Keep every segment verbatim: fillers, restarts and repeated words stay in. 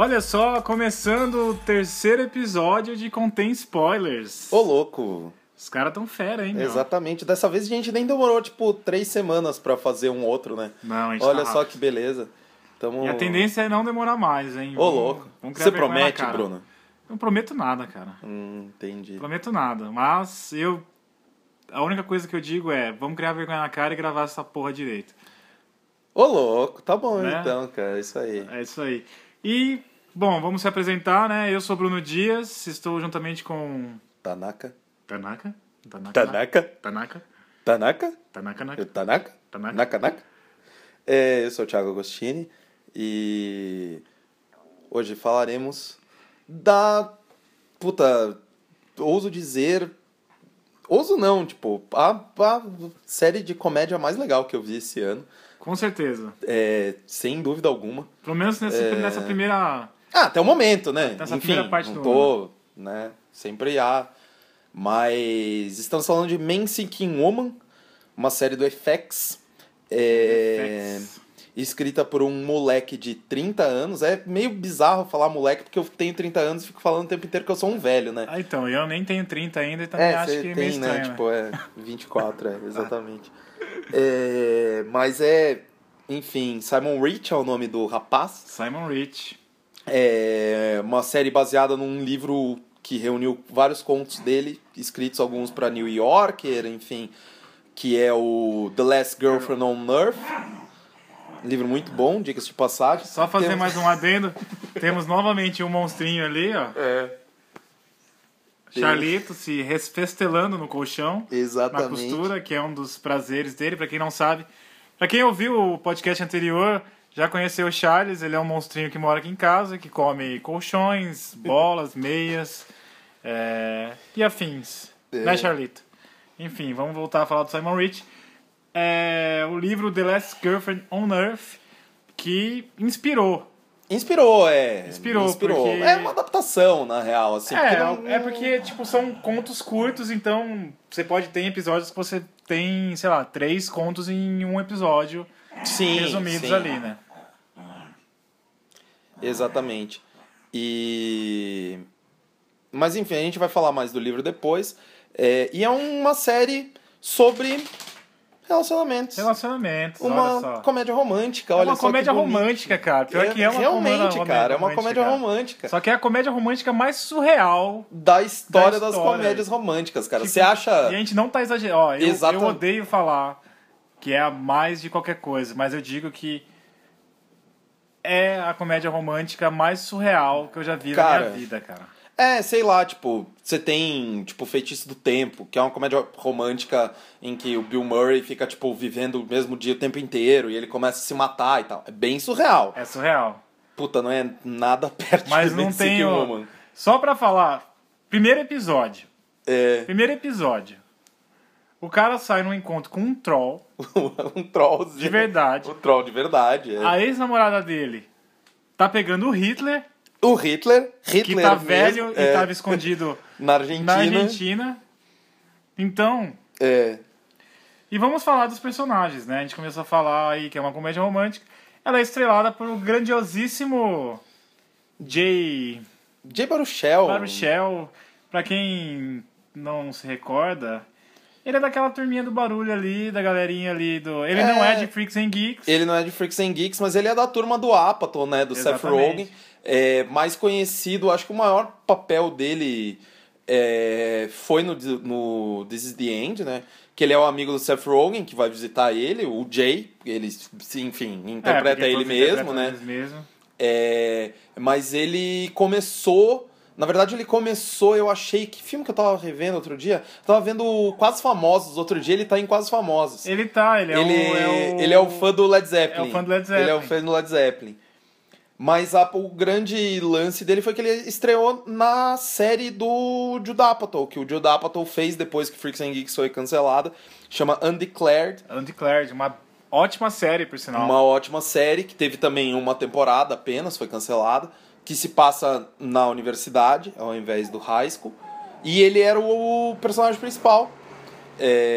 Olha só, começando o terceiro episódio de Contém Spoilers. Ô, louco! Os caras tão fera, hein, meu? Exatamente. Dessa vez a gente nem demorou, tipo, três semanas pra fazer um outro, né? Não, a gente Olha tá só rápido. que beleza. Tamo... E a tendência é não demorar mais, hein? Ô, Vamos- louco. vamos criar Você vergonha na promete, cara. Bruno? Não prometo nada, cara. Hum, entendi. Prometo nada. Mas eu... A única coisa que eu digo é, vamos criar vergonha na cara e gravar essa porra direito. Ô, louco. Tá bom, Né? então, cara. Isso aí. É isso aí. E, bom, vamos se apresentar, né? Eu sou Bruno Dias, estou juntamente com... Tanaka? Tanaka? Tanaka? Tanaka? Tanaka? Tanaka? Tanaka? Eu, Tanaka? Tanaka? Naka, naka? É, eu sou o Thiago Agostini e hoje falaremos da... Puta, ouso dizer... Ouso não, tipo, a, a série de comédia mais legal que eu vi esse ano. Com certeza. É, sem dúvida alguma. Pelo menos nessa, É. nessa primeira... Ah, até o momento, né? Nessa Enfim, primeira parte não do tô, né? Sempre há. Mas estamos falando de Man Seeking Woman, uma série do F X. É, F X. escrita por um moleque de trinta anos. É meio bizarro falar moleque, porque eu tenho trinta anos e fico falando o tempo inteiro que eu sou um velho, né? Ah, então, eu nem tenho trinta ainda e também É, acho você que é tem, meio estranho, né? né? Tipo, é vinte e quatro, é, exatamente. É, mas é, enfim, Simon Reach é o nome do rapaz. Simon Rich. É uma série baseada num livro que reuniu vários contos dele, escritos alguns para New Yorker, enfim, que é o The Last Girlfriend on Earth. Livro muito bom, dicas de passagem. Só fazer Temos- mais um adendo. Temos novamente um monstrinho ali, ó. É, Charlito se resfestelando no colchão. Na exatamente. costura, que é um dos prazeres dele, pra quem não sabe. Pra quem ouviu o podcast anterior, já conheceu o Charles, ele é um monstrinho que mora aqui em casa, que come colchões, bolas, meias é, e afins. É. Né, Charlito? Enfim, vamos voltar a falar do Simon Rich. É, o livro The Last Girlfriend on Earth, que inspirou. Inspirou, é. Inspirou, porque- É uma adaptação, na real, assim. porque É, não- é porque, tipo, são contos curtos, então você pode ter episódios que você tem, sei lá, três contos em um episódio Sim, resumidos sim. ali, né? Exatamente. E... Mas enfim, a gente vai falar mais do livro depois. É, E é uma série sobre relacionamentos. Relacionamentos, olha só. Uma comédia romântica, É olha uma só que comédia bonito. romântica, cara. Pior que é uma Realmente, comédia cara, é uma romântica. comédia romântica. Só que é a comédia romântica mais surreal. Da história Da das história. comédias românticas, cara. Tipo, Você acha... E a gente não tá exagerando. Ó, eu, Exata- eu odeio falar que é a mais de qualquer coisa, mas eu digo que é a comédia romântica mais surreal que eu já vi Cara, na minha vida, cara. É, sei lá, tipo, você tem, tipo, Feitiço do Tempo, que é uma comédia romântica em que o Bill Murray fica, tipo, vivendo o mesmo dia o tempo inteiro e ele começa a se matar e tal. É bem surreal. É surreal. Puta, não é nada perto Mas de não Man Seeking tem. ó, Woman. Só pra falar, primeiro episódio. É, Primeiro episódio. O cara sai num encontro com um troll um trollzinho. de verdade. Um troll de verdade, é. A ex-namorada dele tá pegando o Hitler, O Hitler, Hitler que tá mesmo, velho e é, tava escondido na Argentina. na Argentina. Então, É, e vamos falar dos personagens, né? A gente começou a falar aí que é uma comédia romântica. Ela é estrelada por grandiosíssimo Jay Jay Baruchel. Baruchel. Pra quem não se recorda, ele é daquela turminha do barulho ali, da galerinha ali do... Ele É. não é de Freaks and Geeks. Ele não é de Freaks and Geeks, mas ele é da turma do Apatow, né? Do Seth Exatamente. Rogen. É, mais conhecido, acho que o maior papel dele é, foi no, no This is the End, né? Que ele é o amigo do Seth Rogen, que vai visitar ele, o Jay. Ele, enfim, É, interpreta porque ele todos mesmo, interpretam né? eles mesmo. É, mas ele começou... Na verdade, ele começou, eu achei... Que filme que eu tava revendo outro dia? Eu tava vendo Quase Famosos outro dia, ele tá em Quase Famosos. Ele tá, ele é, Ele, o, é o... ele é o fã do Led Zeppelin. É o fã do Led Zeppelin. Ele é o fã do Led Zeppelin. Mas a- o grande lance dele foi que ele estreou na série do Judd Apatow, que o Judd Apatow fez depois que Freaks and Geeks foi cancelada. Chama Undeclared. Undeclared, uma ótima série, por sinal. Uma ótima série, que teve também uma temporada apenas, foi cancelada. Que se passa na universidade, ao invés do high school. E ele era o personagem principal.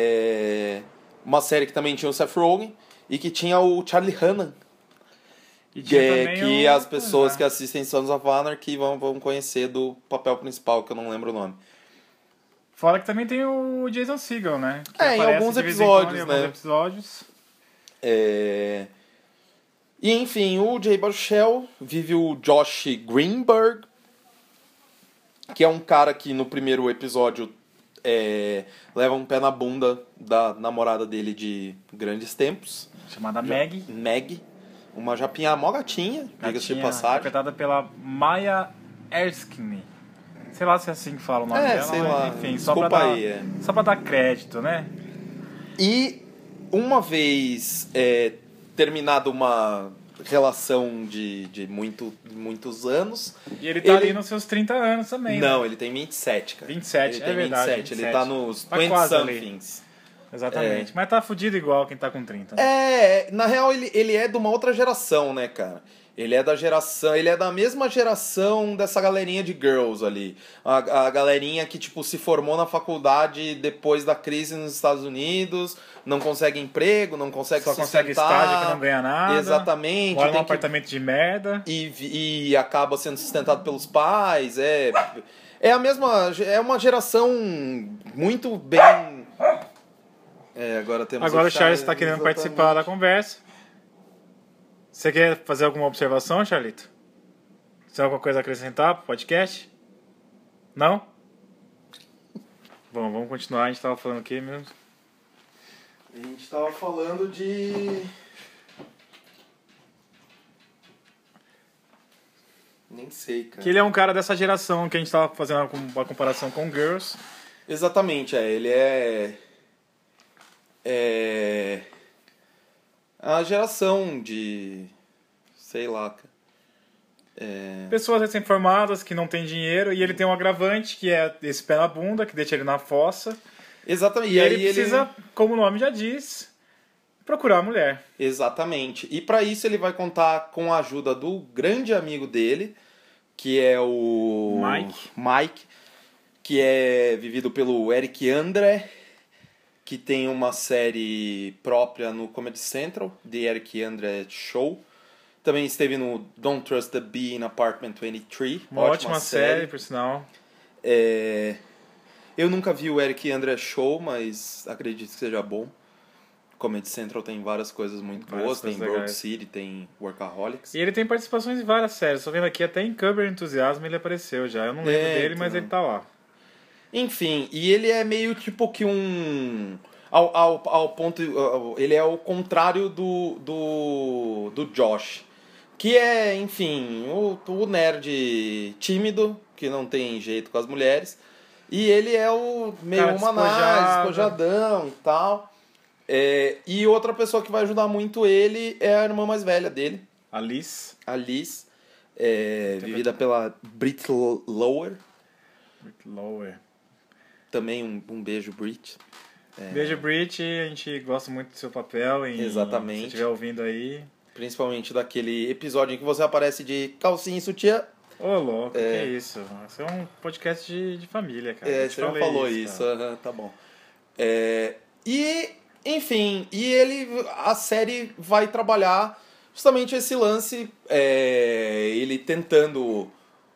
É... Uma série que também tinha o Seth Rogen e que tinha o Charlie Hunnam. E Que, tinha é, também que o- as pessoas ah, que assistem Sons of Anarchy vão, vão conhecer do papel principal, que eu não lembro o nome. Fora que também tem o Jason Segel, né? Que É, em aparece alguns de vez em quando episódios, em alguns né? episódios. É... E enfim, o Jay Baruchel vive o Josh Greenberg, que é um cara que no primeiro episódio é, leva um pé na bunda da namorada dele de grandes tempos, Chamada Meg. Meg, uma japinha mó gatinha, diga-se de Gatinha, passagem. interpretada pela Maya Erskine. Sei lá se é assim que fala o nome É, dela, sei mas lá. enfim, só Desculpa pra, dar, aí, é. só pra dar crédito, né? E uma vez é, terminada uma relação de, de muito, muitos anos... E ele tá Ele- ali nos seus trinta anos também, Não, né? ele tem vinte e sete, cara. vinte e sete, ele é tem verdade, vinte e sete, ele vinte e tá sete. nos Tá vinte quase ali. somethings. Exatamente. Mas tá fudido igual quem tá com trinta. Né? É, na real ele, ele é de uma outra geração, né, cara? Ele é da geração, ele é da mesma geração dessa galerinha de girls ali. A, a galerinha que, tipo, se formou na faculdade depois da crise nos Estados Unidos, não consegue emprego, não consegue Só se consegue sustentar. estágio que não ganha nada. Exatamente. Mora num tem que- apartamento de merda. e, vi- e acaba sendo sustentado pelos pais. É, é a mesma. É uma geração muito bem. É, agora temos Agora o Charles Charles, tá querendo exatamente. participar da conversa. Você quer fazer alguma observação, Charlito? Você tem alguma coisa a acrescentar pro podcast? Não? Bom, vamos continuar. A gente tava falando o quê mesmo? A gente tava falando de. Nem sei, cara. Que ele é um cara dessa geração que a gente tava fazendo uma comparação com Girls. Exatamente, é. Ele é. É. A geração de. Sei lá, cara. É. Pessoas recém-formadas que não têm dinheiro e ele tem um agravante que é esse pé na bunda que deixa ele na fossa. Exatamente. E, E aí ele precisa, como o nome já diz, procurar a mulher. Exatamente. E para isso ele vai contar com a ajuda do grande amigo dele, que é o Mike. Mike, que é vivido pelo Eric Andre, que tem uma série própria no Comedy Central, The Eric Andre Show. Também esteve no Don't Trust the Bee in Apartment vinte e três. Uma ótima, série, por sinal. É... Eu nunca vi o Eric Andre Show, mas acredito que seja bom. Comedy Central tem várias coisas muito Várias boas. Tem coisas Broad legais. City, tem Workaholics. E ele tem participações em várias séries. Tô vendo aqui, até em Curb Your Enthusiasm ele apareceu já. Eu não lembro É, dele, então. mas ele tá lá. Enfim, e ele é meio tipo que um... Ao, ao, ao ponto... Ele é o contrário do, do, do Josh. Que é, enfim, o, o nerd tímido, que não tem jeito com as mulheres. E ele é o meio Cara humanais, despojado. despojadão e tal. É, e outra pessoa que vai ajudar muito ele é a irmã mais velha dele, Alice. a Liz, é, vivida pela Brit Lower. Lower. Também um, um beijo, Brit. Beijo, Brit. A gente gosta muito do seu papel. Em, Exatamente. Se estiver ouvindo aí. Principalmente daquele episódio em que você aparece de calcinha e sutiã. Ô, louco, É. que isso? Isso é um podcast de, de família, cara. É, Eu te você não falei falou isso, cara. aham, tá bom. É, e, enfim, e ele, a série vai trabalhar justamente esse lance, é, ele tentando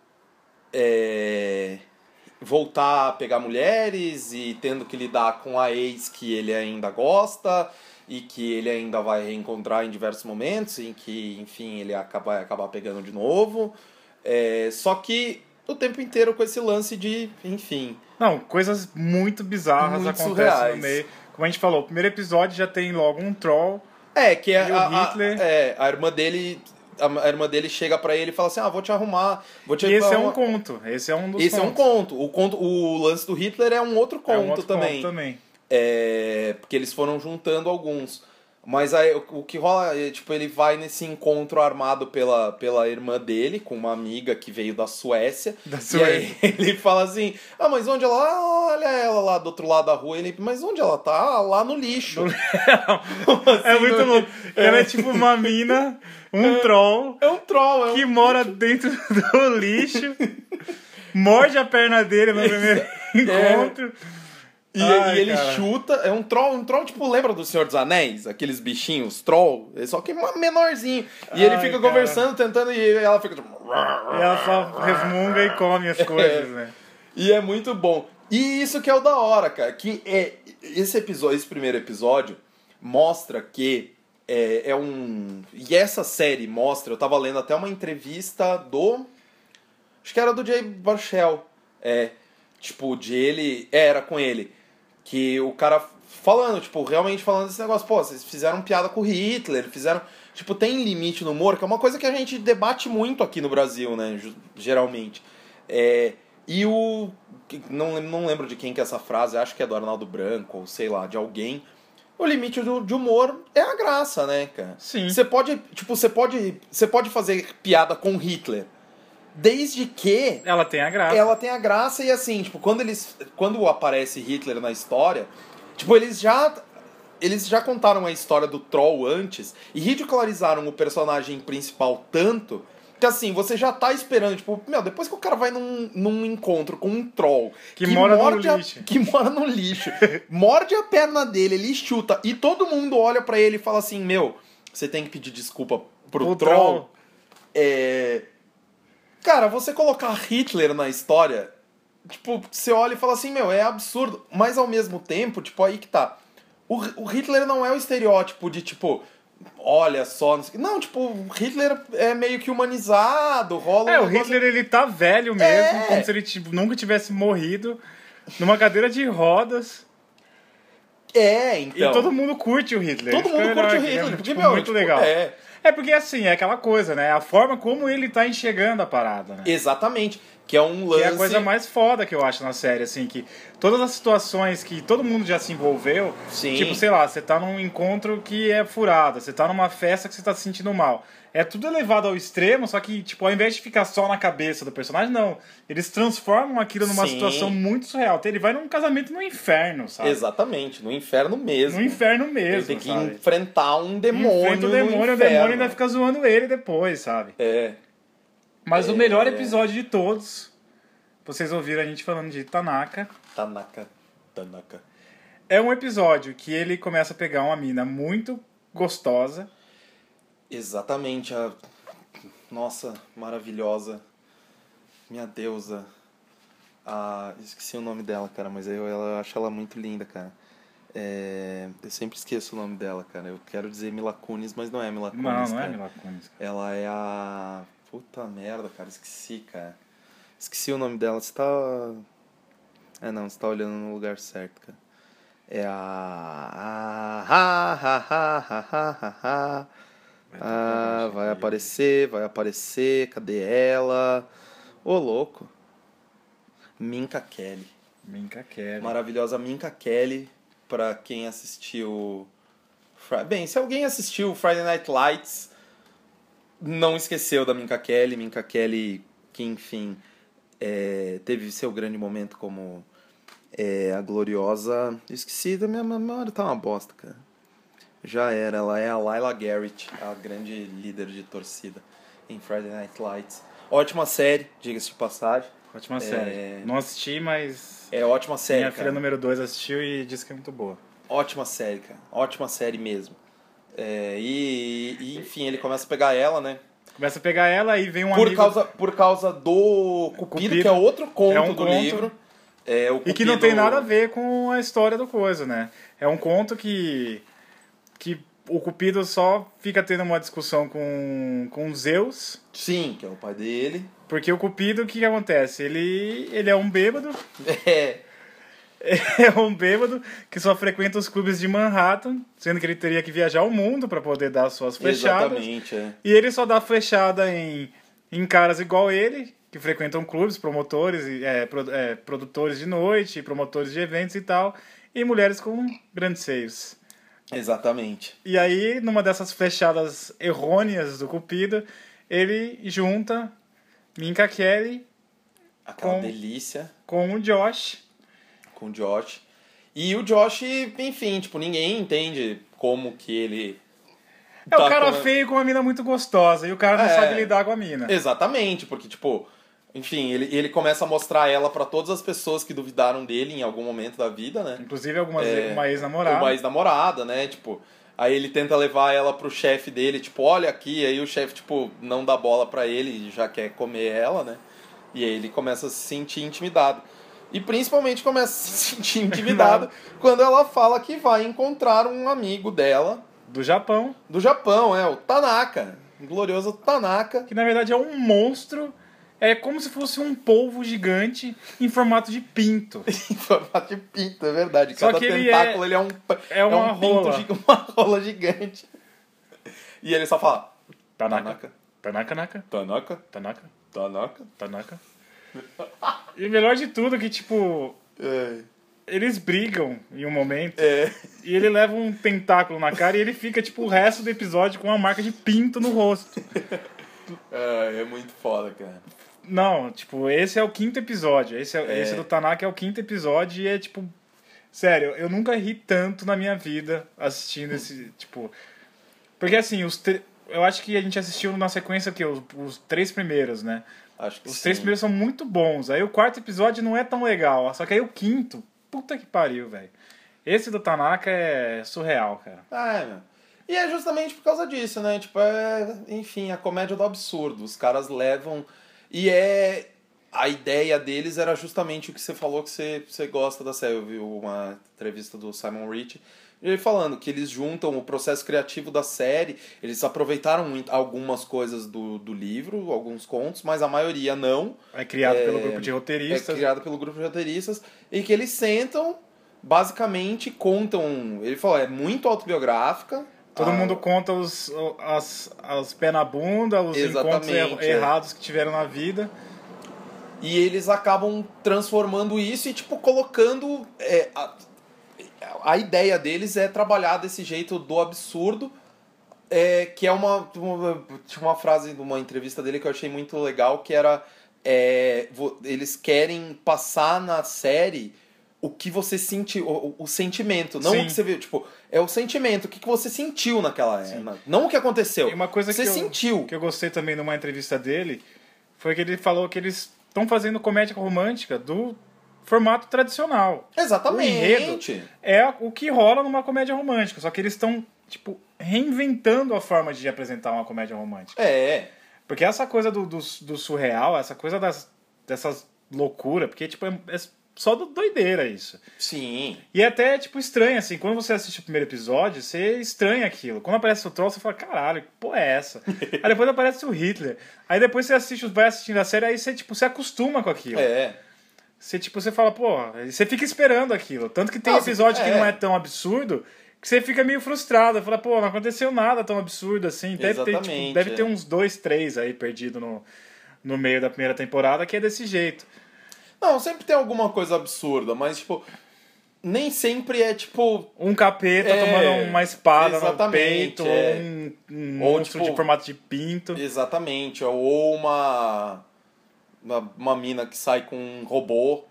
é, voltar a pegar mulheres e tendo que lidar com a ex que ele ainda gosta e que ele ainda vai reencontrar em diversos momentos, em que, enfim, ele acaba, vai acabar pegando de novo. É, só que o tempo inteiro com esse lance de, enfim... Não, coisas muito bizarras Muito acontecem surreais. no meio. Como a gente falou, o primeiro episódio já tem logo um troll. É, que é E o a, a- Hitler? é, a irmã dele... A, a irmã dele chega pra ele e fala assim, ah, vou te arrumar, vou te E esse é um arrumar. conto. Esse é um dos Esse é um contos. conto. O conto. O lance do Hitler é um outro conto É um outro também. conto também. É, porque eles foram juntando alguns. Mas aí, o, o que rola é, tipo, ele vai nesse encontro armado pela, pela irmã dele, com uma amiga que veio da Suécia. Da E Suécia. aí ele fala assim, ah, mas onde ela... Ah, olha ela lá do outro lado da rua. Ele, mas onde ela tá? Ah, lá no lixo. É muito louco. Ela é tipo uma mina, um troll, É um troll, é um... que mora dentro do lixo, morde a perna dele no primeiro encontro. E, Ai, e ele cara. chuta, é um troll, um troll tipo, lembra do Senhor dos Anéis? Aqueles bichinhos, troll, só que menorzinho. E ele Ai, fica cara. conversando, tentando, e ela fica tipo... E ela só resmunga e come as coisas, né? E é muito bom. E isso que é o da hora, cara, que é esse episódio, esse primeiro episódio mostra que é, é um... E essa série mostra, eu tava lendo até uma entrevista do... Acho que era do Jay Baruchel. É, tipo, de ele... É, era com ele. Que o cara falando, tipo, realmente falando desse negócio. Pô, vocês fizeram piada com Hitler, fizeram... Tipo, tem limite no humor, que é uma coisa que a gente debate muito aqui no Brasil, né? Geralmente. É... E o... Não, não lembro de quem que é essa frase, acho que é do Arnaldo Branco, ou sei lá, de alguém. O limite do, de humor é a graça, né, cara? Sim. Você pode, tipo, você pode, você pode fazer piada com Hitler, desde que Ela tem a graça. ela tem a graça e assim, tipo, quando eles, quando aparece Hitler na história, tipo, eles já eles já contaram a história do troll antes e ridicularizaram o personagem principal tanto que assim, você já tá esperando, tipo, meu, depois que o cara vai num, num encontro com um troll Que mora no morde a- lixo. que mora no lixo, morde a perna dele, ele chuta e todo mundo olha pra ele e fala assim, meu, você tem que pedir desculpa pro O troll. troll. É... Cara, você colocar Hitler na história, tipo, você olha e fala assim, meu, é absurdo. Mas ao mesmo tempo, tipo, aí que tá. O, o Hitler não é o estereótipo de, tipo, olha só... Não, sei o quê. Não, tipo, o Hitler é meio que humanizado, rola É, um o negócio- Hitler, ele tá velho mesmo, É. como se ele tipo, nunca tivesse morrido, numa cadeira de rodas. É, então... E todo mundo curte o Hitler. Todo Isso que mundo é curte legal, o que é, Hitler, porque, tipo, meu, muito tipo, legal. é. É porque assim, é aquela coisa, né? A forma como ele tá enxergando a parada, né? Exatamente. Que é um lance... Que é a coisa mais foda que eu acho na série, assim, que todas as situações que todo mundo já se envolveu, Sim. tipo, sei lá, você tá num encontro que é furada, você tá numa festa que você tá se sentindo mal. É tudo elevado ao extremo, só que, tipo, ao invés de ficar só na cabeça do personagem, não. Eles transformam aquilo numa Sim. situação muito surreal. Ele vai num casamento no inferno, sabe? Exatamente, no inferno mesmo. No inferno mesmo, Ele tem que sabe? enfrentar um demônio Enfrenta o no demônio, o inferno. demônio ainda fica zoando ele depois, sabe? É. Mas É. o melhor episódio de todos, vocês ouviram a gente falando de Tanaka, Tanaka. Tanaka. é um episódio que ele começa a pegar uma mina muito gostosa. Exatamente, a... Nossa, maravilhosa. Minha deusa. A... Esqueci o nome dela, cara, mas eu, eu acho ela muito linda, cara. É... Eu sempre esqueço o nome dela, cara. Eu quero dizer Mila Kunis, mas não é Mila Kunis, Não, não é cara. Mila Kunis. cara. Ela é a... Puta merda, cara, esqueci, cara. Esqueci o nome dela. Você tá... É, não, você tá olhando no lugar certo, cara. É a... a... Ha, ha, ha, ha, ha, ha, ha. Ah, vai aparecer, vai aparecer. Cadê ela? Ô, louco. Minka Kelly. Minka Kelly. Maravilhosa Minka Kelly. Pra quem assistiu... Fri- Bem, se alguém assistiu Friday Night Lights, não esqueceu da Minka Kelly. Minka Kelly, que enfim, é, teve seu grande momento como é, a gloriosa... Esqueci, da minha memória tá uma bosta, cara. Já era, ela é a Lyla Garrett, a grande líder de torcida em Friday Night Lights. Ótima série, diga-se de passagem. Ótima É. série. Não assisti, mas É ótima série, minha cara. filha número dois assistiu e disse que é muito boa. Ótima série, cara. Ótima série mesmo. É, e, e, enfim, ele começa a pegar ela, né? Começa a pegar ela e vem um Por, amigo... causa, por causa do Cupido, Cupido. que é outro conto É um do conto. livro. É, o E que não Cupido- tem nada a ver com a história do coisa, né? É um conto que... que o Cupido só fica tendo uma discussão com, com Zeus... Sim, que é o pai dele. Porque o Cupido, o que, que acontece? Ele, ele é um bêbado, É, é um bêbado que só frequenta os clubes de Manhattan, sendo que ele teria que viajar ao mundo para poder dar suas flechadas. exatamente, é. E ele só dá flechada em, em caras igual ele, que frequentam clubes, promotores, e, é, pro- é, produtores de noite, promotores de eventos e tal, e mulheres com grandes seios. Exatamente. E aí, numa dessas flechadas errôneas do Cupido, ele junta Minka Kelly Aquela Com- delícia com o Josh. com o Josh. E o Josh, enfim, tipo, ninguém entende como que ele... É o tá cara com- feio com uma mina muito gostosa, e o cara não É. sabe lidar com a mina. Exatamente, porque, tipo, Enfim, ele, ele começa a mostrar ela pra todas as pessoas que duvidaram dele em algum momento da vida, né? Inclusive algumas, É, uma ex-namorada. Uma ex-namorada, né? Tipo, aí ele tenta levar ela pro chefe dele, tipo, olha aqui, aí o chefe, tipo, não dá bola pra ele e já quer comer ela, né? E aí ele começa a se sentir intimidado. E principalmente começa a se sentir intimidado quando ela fala que vai encontrar um amigo dela. Do Japão. Do Japão, é, o Tanaka. O glorioso Tanaka. Que na verdade é um monstro. É como se fosse um polvo gigante em formato de pinto. Em formato de pinto, é verdade. Só Cada que ele tentáculo é, ele é um, é uma é um rola. pinto, uma rola gigante. E ele só fala... Tanaka. Tanaka, Naka. Tanaka. Tanaka. Tanaka. Tanaka. E o melhor de tudo é que, tipo... É. Eles brigam em um momento. É. E ele leva um tentáculo na cara e ele fica, tipo, o resto do episódio com uma marca de pinto no rosto. É, é muito foda, cara. Não, tipo, esse é o quinto episódio. Esse, é, É. esse do Tanaka é o quinto episódio e é, tipo... Sério, eu nunca ri tanto na minha vida assistindo esse, tipo... Porque, assim, os tre... eu acho que a gente assistiu na sequência, o quê? Os, os três primeiros, né? Acho que Os sim. três primeiros são muito bons. Aí o quarto episódio não é tão legal. Só que aí o quinto... Puta que pariu, velho. Esse do Tanaka é surreal, cara. Ah, é, meu. E é justamente por causa disso, né? Tipo, é... Enfim, a comédia do absurdo. Os caras levam... E é... A ideia deles era justamente o que você falou que você, você gosta da série. Eu vi uma entrevista do Simon Ricci. Ele falando que eles juntam o processo criativo da série. Eles aproveitaram muito algumas coisas do, do livro, alguns contos, mas a maioria não. É criado É- pelo grupo de roteiristas. É criado pelo grupo de roteiristas. E que eles sentam, basicamente contam... Ele falou, é muito autobiográfica. Todo Ah, mundo conta os, as, as pés na bunda, os encontros Exatamente, er- é. errados que tiveram na vida. E eles acabam transformando isso e, tipo, colocando... É, a, a ideia deles é trabalhar desse jeito do absurdo, é, que é uma, uma... Tinha uma frase de uma entrevista dele que eu achei muito legal, que era... É, vo- eles querem passar na série o que você sentiu, o, o sentimento, não Sim. o que você viu, tipo, é o sentimento, o que que você sentiu naquela época, não o que aconteceu. E uma coisa você que eu, sentiu. que eu gostei também numa entrevista dele foi que ele falou que eles estão fazendo comédia romântica do formato tradicional. Exatamente. O enredo é o que rola numa comédia romântica, só que eles estão, tipo, reinventando a forma de apresentar uma comédia romântica. É. Porque essa coisa do, do, do surreal, essa coisa das, dessas loucuras, porque, tipo, é, é só do doideira isso. Sim. E é até, tipo, estranho, assim, quando você assiste o primeiro episódio, você estranha aquilo. Quando aparece o troll, você fala, caralho, que porra é essa? Aí depois aparece o Hitler. Aí depois você assiste, vai assistindo a série, aí você, tipo, se acostuma com aquilo. É. Você, tipo, você fala, pô, você fica esperando aquilo. Tanto que tem Não, episódio é. que não é tão absurdo, que você fica meio frustrado. Fala, pô, não aconteceu nada tão absurdo assim. Deve ter, tipo, Exatamente, deve ter é. uns dois, três aí perdido no, no meio da primeira temporada, que é desse jeito. Não, sempre tem alguma coisa absurda, mas, tipo, nem sempre é, tipo... Um capeta É, tomando uma espada no exatamente, peito, é. ou um, um Ou, monstro tipo, de formato de pinto. Exatamente. Ou uma... Uma, uma mina que sai com um robô.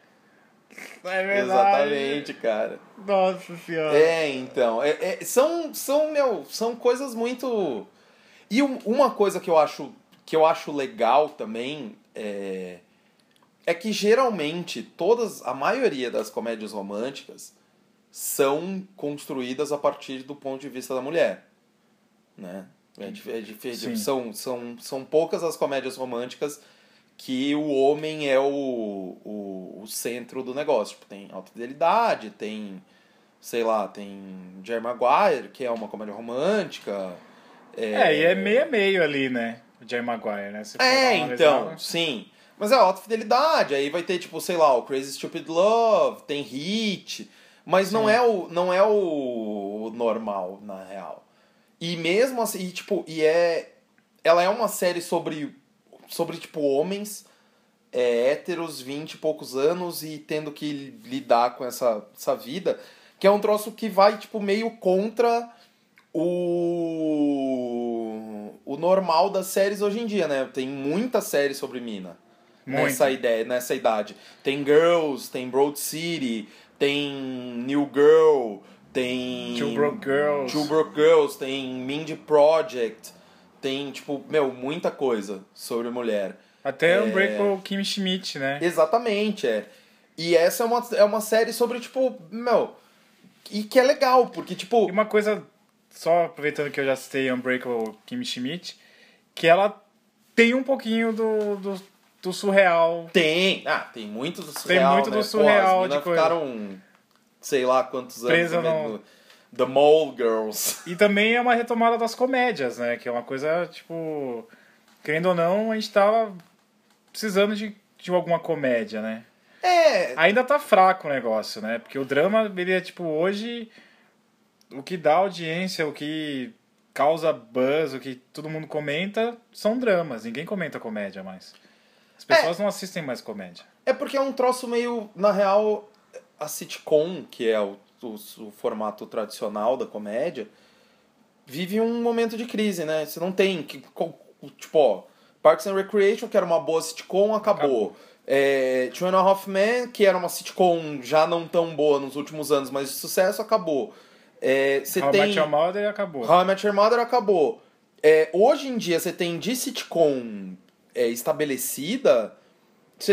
É Exatamente, cara. Nossa senhora. É, então. É, é- são, são, meu, são coisas muito... E um- uma coisa que eu acho, que eu acho legal também é... É que geralmente todas, a maioria das comédias românticas são construídas a partir do ponto de vista da mulher, né? É, dif- é dif- Sim. são, são, são poucas as comédias românticas que o homem é o, o, o centro do negócio. Tipo, tem Alta Fidelidade, tem, sei lá, tem Jerry Maguire, que é uma comédia romântica. É, e é meio a meio ali, né? O Jerry Maguire, né? Se for É, dar uma então, analisada. sim. Mas é alta fidelidade, aí vai ter, tipo, sei lá, o Crazy Stupid Love, tem Hit, mas não é, o, não é o, o normal, na real. E mesmo assim, e, tipo, e é... Ela é uma série sobre, sobre tipo, homens é, héteros, vinte e poucos anos e tendo que lidar com essa, essa vida, que é um troço que vai, tipo, meio contra o, o normal das séries hoje em dia, né? Tem muita série sobre mina. Muito. Nessa ideia, nessa idade. Tem Girls, tem Broad City, tem New Girl, tem Two Broke Girls. Two Broke Girls, tem Mindy Project, tem, tipo, meu, muita coisa sobre mulher. Até é... Unbreakable Kimmy Schmidt, né? Exatamente, é. E essa é uma, é uma série sobre, tipo, meu... E que é legal, porque, tipo... E uma coisa, só aproveitando que eu já citei Unbreakable Kimmy Schmidt, que ela tem um pouquinho do, do, do surreal. Tem, ah, tem muito do surreal, Tem muito né? do surreal. Pô, as de coisa. ficaram, sei lá quantos Presa anos no... no The Mole Girls. E também é uma retomada das comédias, né? Que é uma coisa, tipo... Querendo ou não, a gente tava precisando de, de alguma comédia, né? É... Ainda tá fraco o negócio, né? Porque o drama, ele é, tipo, hoje... O que dá audiência, o que causa buzz, o que todo mundo comenta, são dramas. Ninguém comenta comédia mais. As pessoas é, não assistem mais comédia. É porque é um troço meio... Na real, a sitcom, que é o, o, o formato tradicional da comédia, vive um momento de crise, né? Você não tem... Que, tipo, ó, Parks and Recreation, que era uma boa sitcom, acabou. acabou. É, Two and a Half Men, que era uma sitcom já não tão boa nos últimos anos, mas de sucesso, acabou. É, você How I tem... Met Your Mother acabou. How I Met Your Mother acabou. É, hoje em dia, você tem de sitcom é, estabelecida, você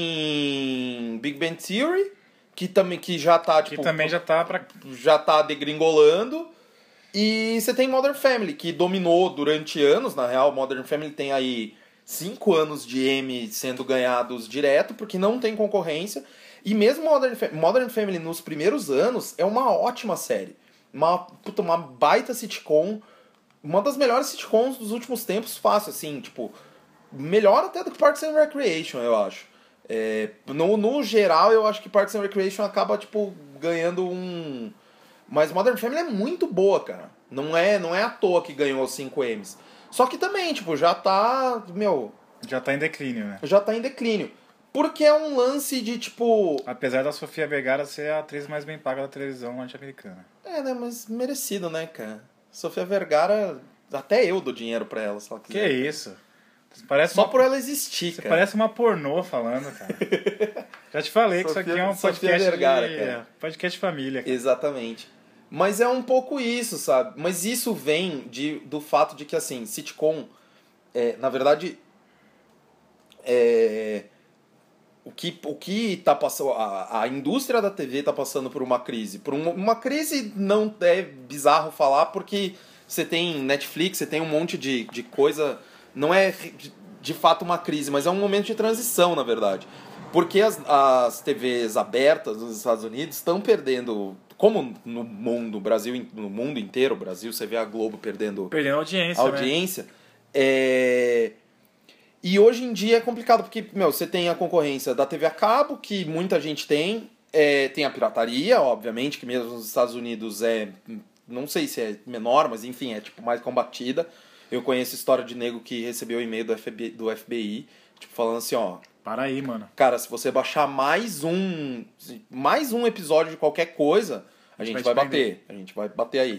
tem Big Bang Theory, que, também, que já tá, tipo... Que também já tá pra... Já tá degringolando. E você tem Modern Family, que dominou durante anos. Na real, Modern Family tem aí cinco anos de Emmy sendo ganhados direto, porque não tem concorrência. E mesmo Modern, Fa- Modern Family nos primeiros anos é uma ótima série. Uma, puta, uma baita sitcom. Uma das melhores sitcoms dos últimos tempos, fácil, assim, tipo... Melhor até do que Parks and Recreation, eu acho. É, no, no geral, eu acho que Parks and Recreation acaba, tipo, ganhando um... Mas Modern Family é muito boa, cara. Não é, não é à toa que ganhou cinco Emmys. Só que também, tipo, já tá... Meu... Já tá em declínio, né? Já tá em declínio. Porque é um lance de, tipo... Apesar da Sofia Vergara ser a atriz mais bem paga da televisão norte-americana. É, né? Mas merecido, né, cara? Sofia Vergara... Até eu dou dinheiro pra ela, se ela quiser. Que isso? Parece Só uma... por ela existir, Você cara. parece uma pornô falando, cara. Já te falei que Sofia, isso aqui é um Sofia podcast Vergara, de... cara. podcast família. Cara. Exatamente. Mas é um pouco isso, sabe? Mas isso vem de, do fato de que, assim, sitcom... É, na verdade... É... O que, o que tá passando... A, a indústria da T V tá passando por uma crise. Por uma, uma crise não é bizarro falar, porque você tem Netflix, você tem um monte de, de coisa... Não é de, de fato uma crise, mas é um momento de transição, na verdade. Porque as, as T Vs abertas nos Estados Unidos estão perdendo... Como no mundo, Brasil, no mundo inteiro, Brasil, você vê a Globo perdendo... Perdendo audiência, audiência. Né? É... E hoje em dia é complicado, porque, meu, você tem a concorrência da T V a cabo, que muita gente tem, é, tem a pirataria, obviamente, que mesmo nos Estados Unidos é, não sei se é menor, mas enfim, é tipo mais combatida. Eu conheço história de nego que recebeu e-mail do F B I, do F B I, tipo, falando assim, ó... Para aí, mano. Cara, se você baixar mais um, mais um episódio de qualquer coisa, a gente vai, vai bater, a gente vai bater aí.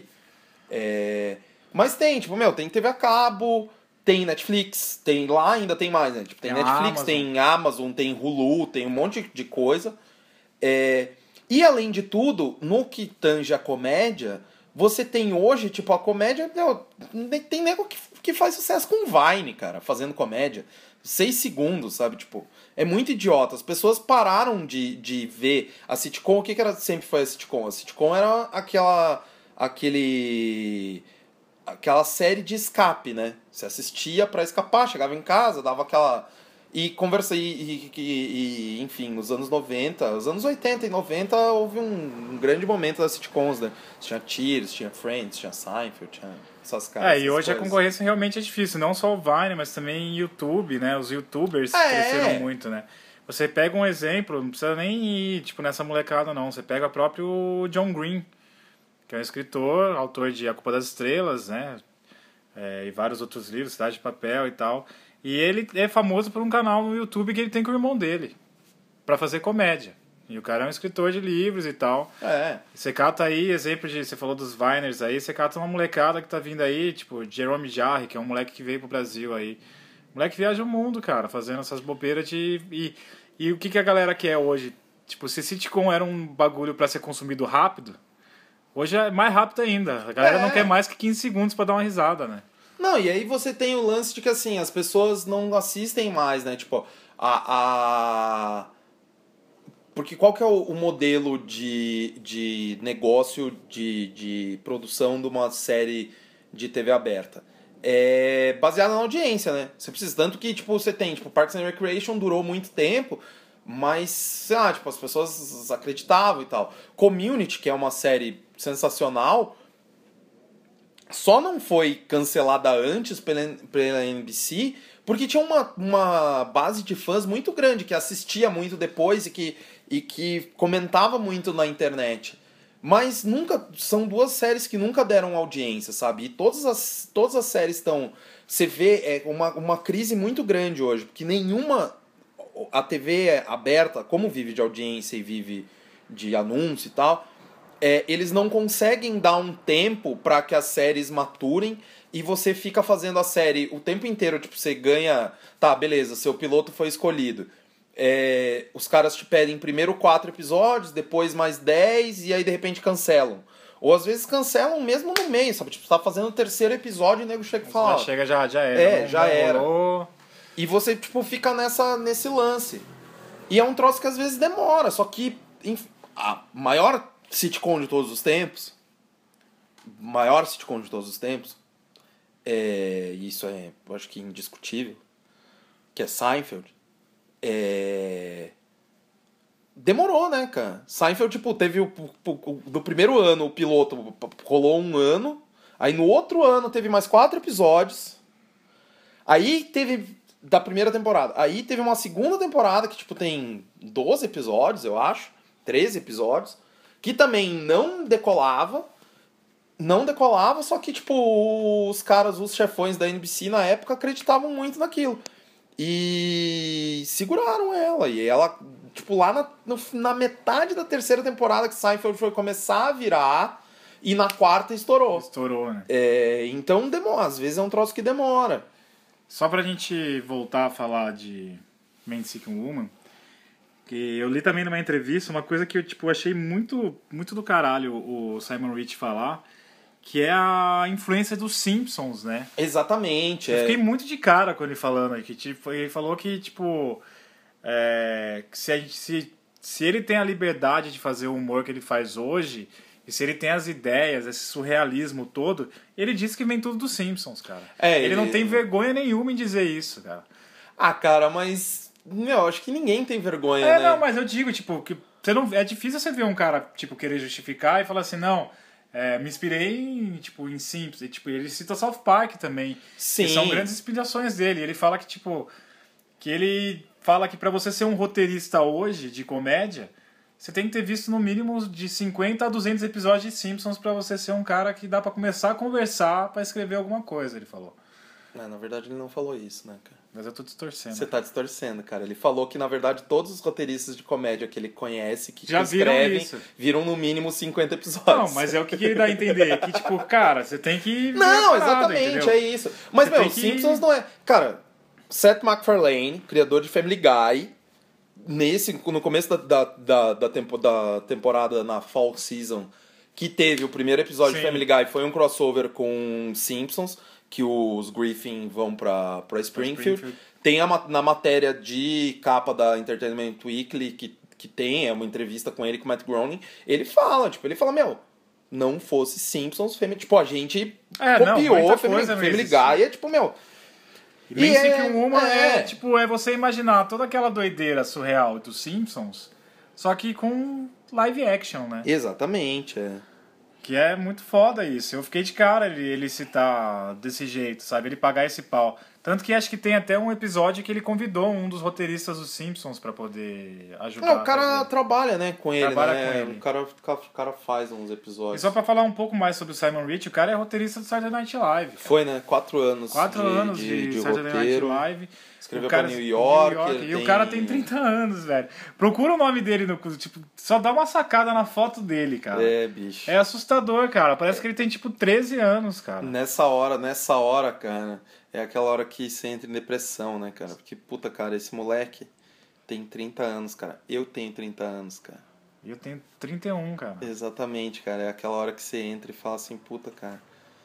É... Mas tem, tipo, meu, tem T V a cabo... Tem Netflix, tem lá ainda tem mais, né? Tipo, tem, tem Netflix, Amazon. tem Amazon, tem Hulu, tem um monte de coisa. É... E além de tudo, no que tange a comédia, você tem hoje, tipo, a comédia... Meu, tem nego que, que faz sucesso com Vine, cara, fazendo comédia. Seis segundos, sabe? Tipo, é muito idiota. As pessoas pararam de, de ver a sitcom. O que, que era, sempre foi a sitcom? A sitcom era aquela... Aquele... aquela série de escape, né? Você assistia pra escapar, chegava em casa, dava aquela... E conversa e, e, e, e enfim, nos anos noventa, os anos oitenta e noventa houve um, um grande momento das sitcoms, né? Tinha Cheers, tinha Friends, tinha Seinfeld, tinha essas caras. É, e hoje coisas. A concorrência realmente é difícil, não só o Vine, mas também YouTube, né? Os YouTubers é. cresceram muito, né? Você pega um exemplo, não precisa nem ir, tipo, nessa molecada, não. Você pega o próprio John Green, que é um escritor, autor de A Culpa das Estrelas, né? É, e vários outros livros, Cidade de Papel e tal. E ele é famoso por um canal no YouTube que ele tem com o irmão dele, pra fazer comédia. E o cara é um escritor de livros e tal. É. Você cata aí, exemplo de... Você falou dos Viners aí, você cata uma molecada que tá vindo aí, tipo, Jerome Jarre, que é um moleque que veio pro Brasil aí. O moleque viaja o mundo, cara, fazendo essas bobeiras de... E, e o que, que a galera quer hoje? Tipo, se sitcom era um bagulho pra ser consumido rápido... Hoje é mais rápido ainda. A galera é. não quer mais que quinze segundos pra dar uma risada, né? Não, e aí você tem o lance de que, assim, as pessoas não assistem mais, né? Tipo, a... a... Porque qual que é o, o modelo de, de negócio de, de produção de uma série de T V aberta? É baseado na audiência, né? Você precisa, tanto que, tipo, você tem, tipo, Parks and Recreation durou muito tempo, mas, sei lá, tipo, as pessoas acreditavam e tal. Community, que é uma série sensacional, só não foi cancelada antes pela, pela N B C porque tinha uma, uma base de fãs muito grande que assistia muito depois e que, e que comentava muito na internet. Mas nunca são duas séries que nunca deram audiência, sabe? E todas as, todas as séries estão... Você vê é uma, uma crise muito grande hoje, porque nenhuma... A T V aberta, como vive de audiência e vive de anúncio e tal... É, eles não conseguem dar um tempo para que as séries maturem e você fica fazendo a série o tempo inteiro, tipo, você ganha... Tá, beleza, seu piloto foi escolhido. É, os caras te pedem primeiro quatro episódios, depois mais dez e aí de repente cancelam. Ou às vezes cancelam mesmo no meio, sabe? Tipo, você tá fazendo o terceiro episódio e o nego chega e fala... Já chega, já, já era. É, não, já não era. rolou. E você, tipo, fica nessa, nesse lance. E é um troço que às vezes demora, só que a maior... sitcom de todos os tempos, maior sitcom de todos os tempos, é, isso é, eu acho que indiscutível, que é Seinfeld, é, demorou, né, cara? Seinfeld, tipo, teve o, o, o, do primeiro ano, o piloto rolou um ano, aí no outro ano teve mais quatro episódios, aí teve, da primeira temporada, aí teve uma segunda temporada que, tipo, tem doze episódios, eu acho, treze episódios, que também não decolava, não decolava, só que, tipo, os caras, os chefões da N B C na época acreditavam muito naquilo. E seguraram ela. E ela, tipo, lá na, no, na metade da terceira temporada que Seinfeld foi começar a virar, e na quarta estourou. Estourou, né? É, então demora, às vezes é um troço que demora. Só pra gente voltar a falar de Man Seeking Woman, que eu li também numa entrevista uma coisa que eu tipo, achei muito, muito do caralho o Simon Rich falar, que é a influência dos Simpsons, né? Exatamente. Eu é. fiquei muito de cara com ele falando, que tipo, ele falou que, tipo, é, que se, a gente, se, se ele tem a liberdade de fazer o humor que ele faz hoje, e se ele tem as ideias, esse surrealismo todo, ele disse que vem tudo dos Simpsons, cara. É, ele, ele não tem vergonha nenhuma em dizer isso, cara. Ah, cara, mas... Meu, acho que ninguém tem vergonha, É, né? não, mas eu digo, tipo, que você não, é difícil você ver um cara, tipo, querer justificar e falar assim, não, é, me inspirei em, tipo, em Simpsons. E, tipo, ele cita South Park também. Sim. Que são grandes inspirações dele. Ele fala que, tipo, que ele fala que pra você ser um roteirista hoje de comédia, você tem que ter visto no mínimo de cinquenta a duzentos episódios de Simpsons pra você ser um cara que dá pra começar a conversar pra escrever alguma coisa, ele falou. Não, na verdade ele não falou isso, né, cara? Mas eu tô distorcendo. Você tá distorcendo, cara. Ele falou que, na verdade, todos os roteiristas de comédia que ele conhece, que Já viram escrevem, isso. viram no mínimo cinquenta episódios. Não, mas é o que ele dá a entender. Que, tipo, cara, você tem que... ver Não, a parada, exatamente, entendeu? é isso. Mas, Você meu, tem os que- Simpsons não é... Cara, Seth MacFarlane, criador de Family Guy, nesse, no começo da, da, da, da, tempo, da temporada, na Fall Season, que teve o primeiro episódio Sim. de Family Guy, foi um crossover com Simpsons, que os Griffin vão pra, pra Springfield. Springfield. Tem a, ma- na matéria de capa da Entertainment Weekly, que, que tem, é uma entrevista com ele, com o Matt Groening, ele fala, tipo, ele fala, meu, não fosse Simpsons, Family... Tipo, a gente É, não, copiou muita Family, coisa não Family existia. Guy, é tipo, meu... E Man E é- Seeking Woman é, é. tipo, é você imaginar toda aquela doideira surreal dos Simpsons, só que com live action, né? Exatamente, é. Que é muito foda isso. Eu fiquei de cara ele, ele citar desse jeito, sabe? Ele pagar esse pau. Tanto que acho que tem até um episódio que ele convidou um dos roteiristas dos Simpsons pra poder ajudar. Não, o a cara fazer. trabalha, né, com ele, Trabalha né? com ele. O cara, o cara faz uns E episódios. só pra falar um pouco mais sobre o Simon Rich, o cara é roteirista do Saturday Night Live. cara. Foi, né? Quatro anos Quatro de, anos de, de, de Saturday roteiro. Night Live. Escreveu O cara- pra New York. New ele E o tem- cara tem trinta anos, velho. Procura o nome dele no... Tipo, só dá uma sacada na foto dele, cara. É, bicho. É assustador, cara. Parece que ele tem, tipo, treze anos, cara. Nessa hora, nessa hora, cara, é aquela hora que você entra em depressão, né, cara? Porque, puta, cara, esse moleque tem trinta anos, cara. Eu tenho trinta anos, cara. E eu tenho trinta e um, cara. Exatamente, cara. É aquela hora que você entra e fala assim, puta, cara,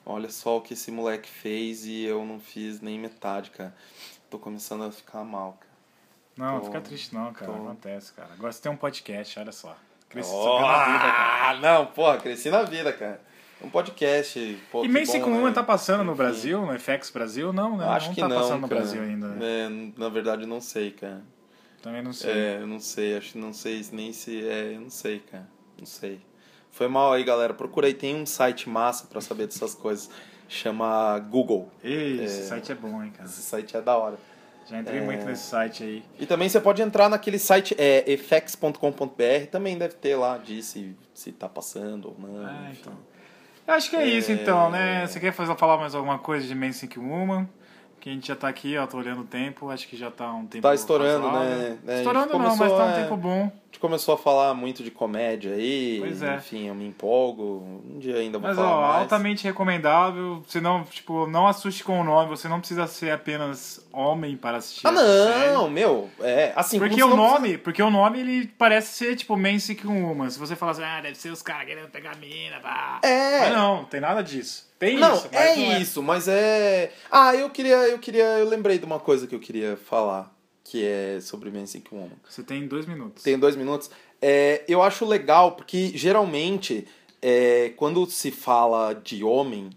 olha só o que esse moleque fez e eu não fiz nem metade, cara. Tô começando a ficar mal, cara. Não, tô, fica triste não, cara. tô... Acontece, cara. Agora você tem um podcast, olha só. Cresci oh, na vida, cara. Ah, não, porra, cresci na vida, cara. Um podcast, pô, E que Men's bom, cinquenta e um né? tá passando no Enfim. Brasil, no F X Brasil? Não, né? Acho não que tá não, passando no cara. Brasil ainda. Né? É, na verdade, não sei, cara. Também não sei. É, eu não sei, acho que não sei nem se... É, eu não sei, cara. Não sei. Foi mal aí, galera. Procurei, tem um site massa pra saber dessas coisas. Chama Google. Ei, É, esse site é bom, hein, cara. Esse site é da hora. Já entrei é... muito nesse site aí. E também você pode entrar naquele site é, effects ponto com ponto b r. Também deve ter lá, diz se, se tá passando ou não. Ah, enfim. então. Eu acho que é, É... isso então, né? Você quer fazer, falar mais alguma coisa de Men's cinquenta e um? Que a gente já tá aqui, ó, tô olhando o tempo, acho que já tá um tempo Tá estourando, razoável. né? É, Estourando a gente não, mas começou, tá um é, tempo bom. A gente começou a falar muito de comédia aí. Pois é. Enfim, eu me empolgo. Um dia ainda vou Mas, falar ó, mais. altamente recomendável. Se não, tipo, não assuste com o nome, você não precisa ser apenas homem para assistir Ah, essa série. não, meu. É, assim, Porque como o você não nome, precisa- porque o nome ele parece ser tipo Men's cinquenta e um. Se você falar assim, ah, deve ser os caras querendo pegar a mina, pá. É. Mas não, tem nada disso. Tem Não, isso, mas é não é. isso, mas é. Ah, eu queria, eu queria. Eu lembrei de uma coisa que eu queria falar, que é sobre Men's cinquenta e um. Você tem dois minutos. Tenho dois minutos. É, eu acho legal, porque geralmente, é, quando se fala de homem,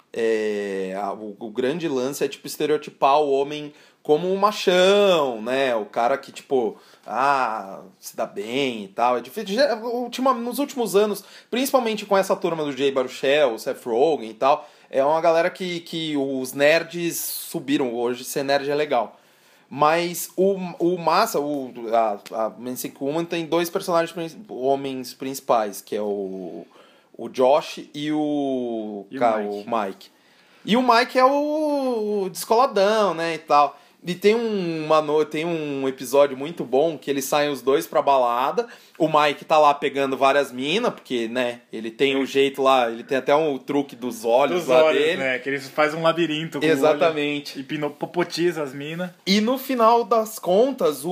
é, a- o, o grande lance é tipo estereotipar o homem como um machão, né? O cara que, tipo, ah, se dá bem e tal. É difícil. Já- ultima- Nos últimos anos, principalmente com essa turma do Jay Baruchel, o Seth Rogen e tal, é uma galera que, que os nerds subiram. Hoje ser nerd é legal. Mas o, o massa, o, a, a Men's cinquenta e um tem dois personagens prin- homens principais, que é o, o Josh e o, E o ca- Mike. o Mike. E o Mike é o descoladão, né, e tal. E tem um, uma no... tem um episódio muito bom que eles saem os dois pra balada. O Mike tá lá pegando várias minas, porque, né, ele tem o jeito lá, ele tem até um truque dos olhos Dos lá olhos, dele. né? Que eles fazem um labirinto com Exatamente. o olho e pino- popotiza as minas. E no final das contas,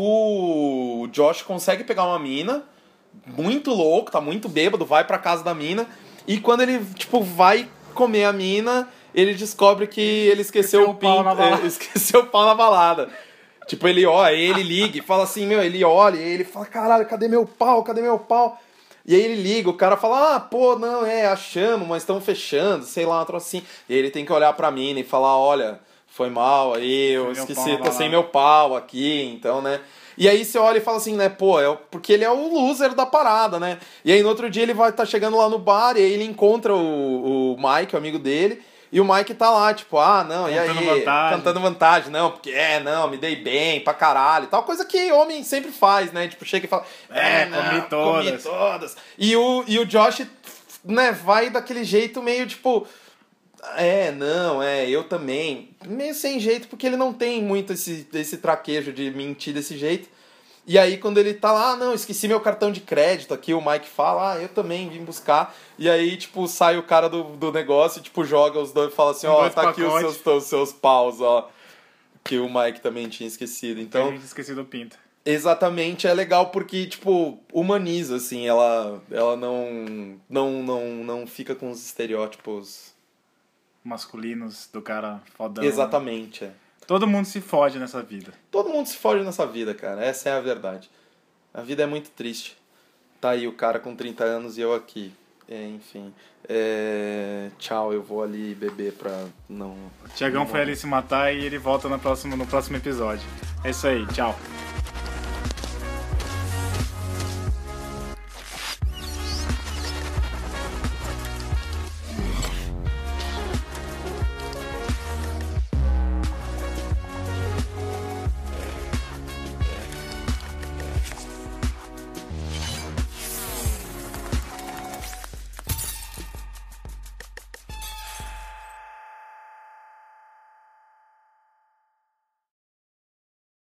o Josh consegue pegar uma mina, muito louco, tá muito bêbado, vai pra casa da mina, e quando ele, tipo, vai comer a mina, ele descobre que ele esqueceu, Esqueceu o o pau pinto, na balada. é, esqueceu o pau na balada. Tipo, ele olha, ele liga e fala assim, meu, ele olha, e ele fala, caralho, cadê meu pau, cadê meu pau? E aí ele liga, o cara fala, ah, pô, não, é, achamos, mas estamos fechando, sei lá, um troço assim. E ele tem que olhar pra mina e falar, olha, foi mal aí, eu Sem meu esqueci, pau na tô sem balada. meu pau aqui, então, né? E aí você olha e fala assim, né, pô, é o- porque ele é o loser da parada, né? E aí no outro dia ele vai estar chegando lá no bar e aí ele encontra o, o Mike, o amigo dele, e o Mike tá lá, tipo, ah, não, e Cantando aí? vantagem. Cantando vantagem, não, porque é, não, me dei bem pra caralho e tal, coisa que homem sempre faz, né? Tipo, chega e fala, É, é, não, comi todas. comi todas. E o, e o Josh, né, vai daquele jeito meio tipo, é, não, é, eu também. Meio sem jeito, porque ele não tem muito esse, esse traquejo de mentir desse jeito. E aí, quando ele tá lá, ah, não, esqueci meu cartão de crédito aqui, o Mike fala, ah, eu também vim buscar. E aí, tipo, sai o cara do, do negócio e, tipo, joga os dois e fala assim, ó, Dois tá aqui os pacotes. seus, os seus paus, ó. Que o Mike também tinha esquecido. Então, a Então, gente esqueceu do pinto. exatamente, é legal porque, tipo, humaniza, assim, ela, ela não, não, não, não fica com os estereótipos. Masculinos do cara fodão. Exatamente, é. Todo mundo se fode nessa vida. Todo mundo se foge nessa vida, cara. Essa é a verdade. A vida é muito triste. Tá aí o cara com trinta anos e eu aqui. É, enfim. É... Tchau, eu vou ali beber pra não... O Tiagão não foi ali se matar e ele volta no próximo, no próximo episódio. É isso aí, tchau.